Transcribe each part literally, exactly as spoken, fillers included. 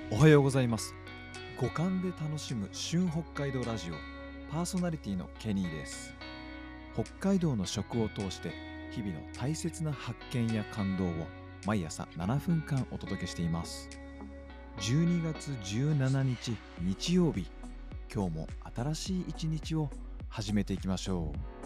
おはようございます。五感で楽しむ旬北海道ラジオパーソナリティのケニーです。北海道の食を通して日々の大切な発見や感動を毎朝ななふんかんお届けしています。じゅうにがつじゅうしちにち日曜日、今日も新しい一日を始めていきましょう。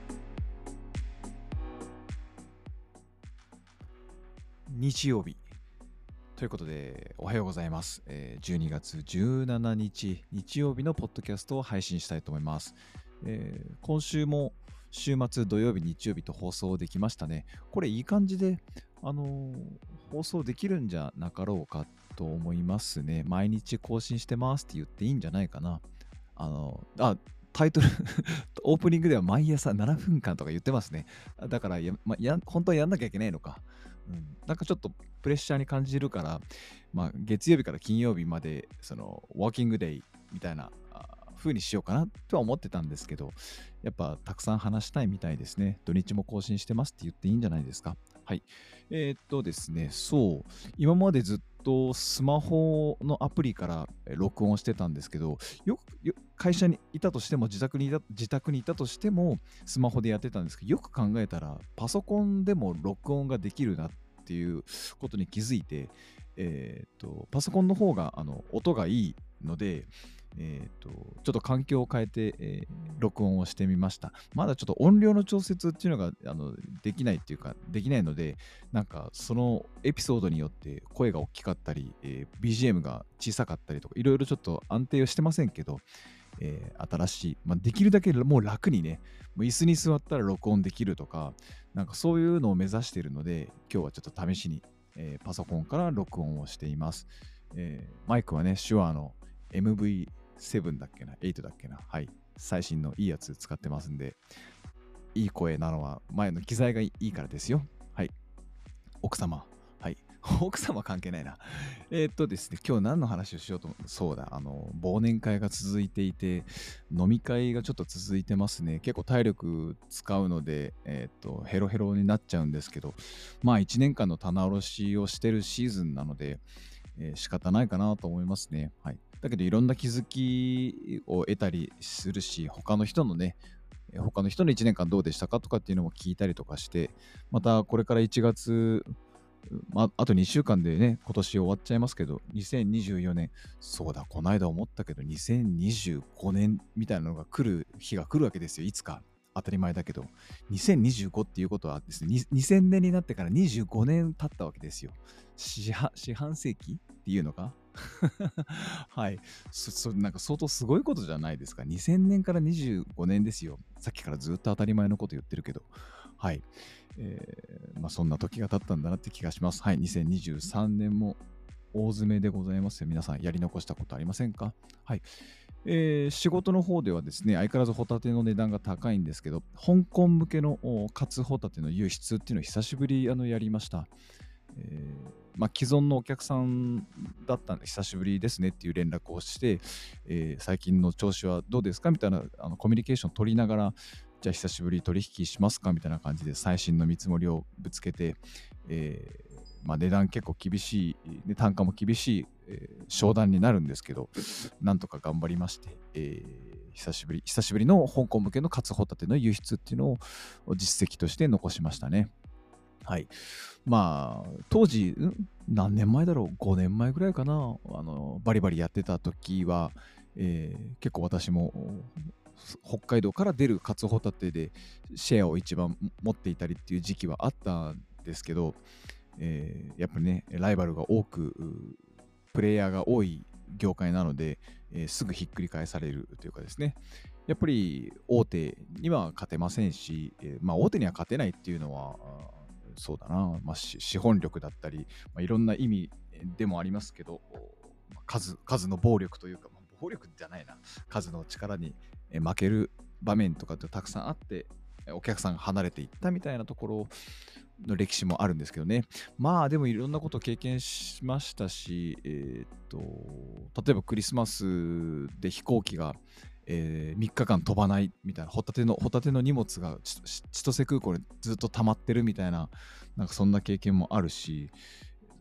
日曜日ということで、おはようございます。えーじゅうにがつじゅうしちにち日曜日のポッドキャストを配信したいと思います。えー今週も週末土曜日、日曜日と放送できましたね。これいい感じで、あのー放送できるんじゃなかろうかと思いますね。毎日更新してますって言っていいんじゃないかな。あのーあ、タイトルオープニングでは毎朝ななふんかんとか言ってますね。だからや、ま、や本当はやんなきゃいけないのか。うん、なんかちょっとプレッシャーに感じるから、まあ、月曜日から金曜日まで、その、ワーキングデイみたいなあ風にしようかなとは思ってたんですけど、やっぱたくさん話したいみたいですね。土日も更新してますって言っていいんじゃないですか。はい。えーっとですね、そう、今までずっとスマホのアプリからえ録音してたんですけど、よくよ会社にいたとしても自宅にいた自宅にいたとしてもスマホでやってたんですけど、よく考えたらパソコンでも録音ができるなっていうことに気づいて、えーっとパソコンの方があの音がいいので、えーっとちょっと環境を変えて、えー録音をしてみました。まだちょっと音量の調節っていうのがあのできないっていうかできないので、なんかそのエピソードによって声が大きかったり、えー ビージーエム が小さかったりとかいろいろちょっと安定はしてませんけど、えー新しい、まあ、できるだけもう楽にね、もう椅子に座ったら録音できるとか、なんかそういうのを目指しているので、今日はちょっと試しに、えーパソコンから録音をしています。えーマイクはね、手話の エムブイセブン だっけな、はちだっけな、はい、最新のいいやつ使ってますんで、いい声なのは前の機材がいいからですよ。はい。奥様。はい。奥様関係ないな。えーっとですね、今日何の話をしようと思う。そうだ、あの、忘年会が続いていて、飲み会がちょっと続いてますね。結構体力使うので、えーっと、ヘロヘロになっちゃうんですけど、まあいちねんかんの棚卸しをしてるシーズンなので、えー仕方ないかなと思いますね。はい。だけどいろんな気づきを得たりするし、他の人のね、えー他の人のいちねんかんどうでしたかとかっていうのも聞いたりとかして、またこれからいちがつ、まあ、あとにしゅうかんでね、今年終わっちゃいますけど、にせんにじゅうよねん、そうだ、この間思ったけど、にせんにじゅうごねんみたいなのが来る日が来るわけですよ、いつか。当たり前だけど、にせんにじゅうごっていうことはですね、ににせんねんになってからにじゅうごねん経ったわけですよ。四半四半世紀っていうのかはい。そ、そ、なんか相当すごいことじゃないですか。にせんねんからにじゅうごねんですよ。さっきからずっと当たり前のこと言ってるけど。はい。えーまあそんな時が経ったんだなって気がします。はい。にせんにじゅうさんねんも大詰めでございますよ。皆さんやり残したことありませんか？はい。えー仕事の方ではですね、相変わらずホタテの値段が高いんですけど、香港向けのおカツホタテの輸出っていうのを久しぶりあのやりました。えーまあ、既存のお客さんだったんで久しぶりですねっていう連絡をして、えー最近の調子はどうですかみたいなあのコミュニケーションを取りながら、じゃあ久しぶり取引しますかみたいな感じで最新の見積もりをぶつけて、えーまあ、値段結構厳しい、ね、単価も厳しい、えー商談になるんですけど、なんとか頑張りまして、えー久しぶり、久しぶりの香港向けのカツホタテの輸出っていうのを実績として残しましたね。はい。まあ、当時、ん何年前だろう ?ご 年前ぐらいかな。あの、バリバリやってた時は、えー結構私も北海道から出るカツホタテでシェアを一番持っていたりっていう時期はあったんですけど、えーやっぱりね、ライバルが多く、プレイヤーが多い業界なので、えーすぐひっくり返されるというかですね、やっぱり大手には勝てませんし、えーまあ大手には勝てないっていうのは、あーそうだな、まあ、し資本力だったり、まあ、いろんな意味でもありますけど、まあ数、数の暴力というか、まあ暴力じゃないな、数の力にえー負ける場面とかってたくさんあって、えーお客さんが離れていったみたいなところの歴史もあるんですけどね。まあでもいろんなことを経験しましたし、えーっと、例えばクリスマスで飛行機が、えーみっかかん飛ばないみたいな、ホタテの、ホタテの荷物がち千歳空港にずっと溜まってるみたいな、なんかそんな経験もあるし、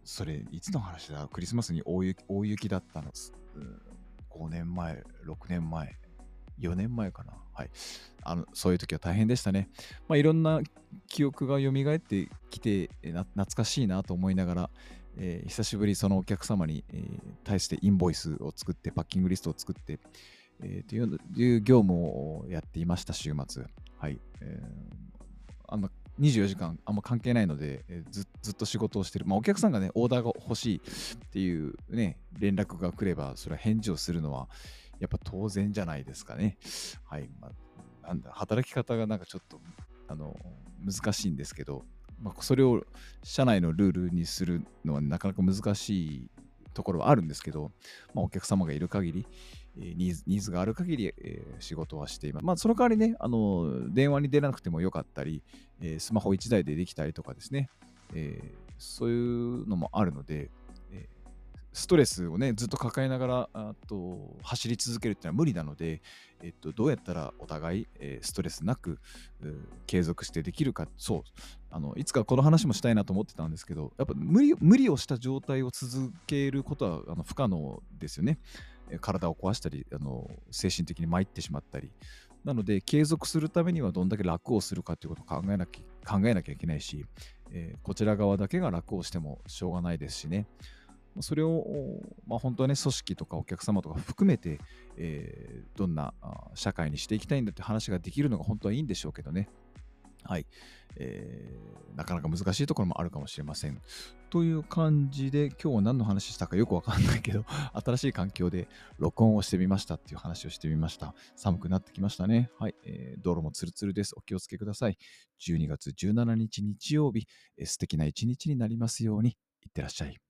それ、いつの話だ？クリスマスに大雪大雪だったの。すうん、ごねんまえ、ろくねんまえ、よねんまえかな。はい。あの、そういう時は大変でしたね。まあ、いろんな記憶が蘇ってきて、え、な懐かしいなと思いながら、えー久しぶりそのお客様に、えー対してインボイスを作って、パッキングリストを作って、えーというのいう業務をやっていました、週末。はい。えーあんまにじゅうよじかんあんま関係ないので、えーずずっと仕事をしてる。まあ、お客さんがね、オーダーが欲しいっていうね、連絡が来れば、それは返事をするのは、やっぱ当然じゃないですかね。はい。まあ、なんだ、働き方がなんかちょっと、あの、難しいんですけど、まあ、それを社内のルールにするのはなかなか難しいところはあるんですけど、まあ、お客様がいる限り、えーニーズニーズがある限り、えー仕事はしています。まあ、その代わりね、あの、電話に出なくてもよかったり、えースマホいちだいでできたりとかですね、えーそういうのもあるので、えーストレスをね、ずっと抱えながら、あと走り続けるっていうのは無理なので、えっと、どうやったらお互い、えーストレスなく、うー継続してできるか、そう、あの、いつかこの話もしたいなと思ってたんですけど、やっぱ無理無理をした状態を続けることはあの不可能ですよね。えー体を壊したり、あの、精神的に参ってしまったり。なので、継続するためにはどんだけ楽をするかということを考えなきゃ考えなきゃいけないし、えーこちら側だけが楽をしてもしょうがないですしね。それを、まあ、本当はね、組織とかお客様とか含めて、えーどんなあ社会にしていきたいんだって話ができるのが本当はいいんでしょうけどね。はい。えーなかなか難しいところもあるかもしれません。という感じで、今日は何の話したかよくわかんないけど、新しい環境で録音をしてみましたっていう話をしてみました。寒くなってきましたね。はい。えー道路もツルツルです。お気をつけください。じゅうにがつじゅうしちにち日曜日、えー素敵な一日になりますように。いってらっしゃい。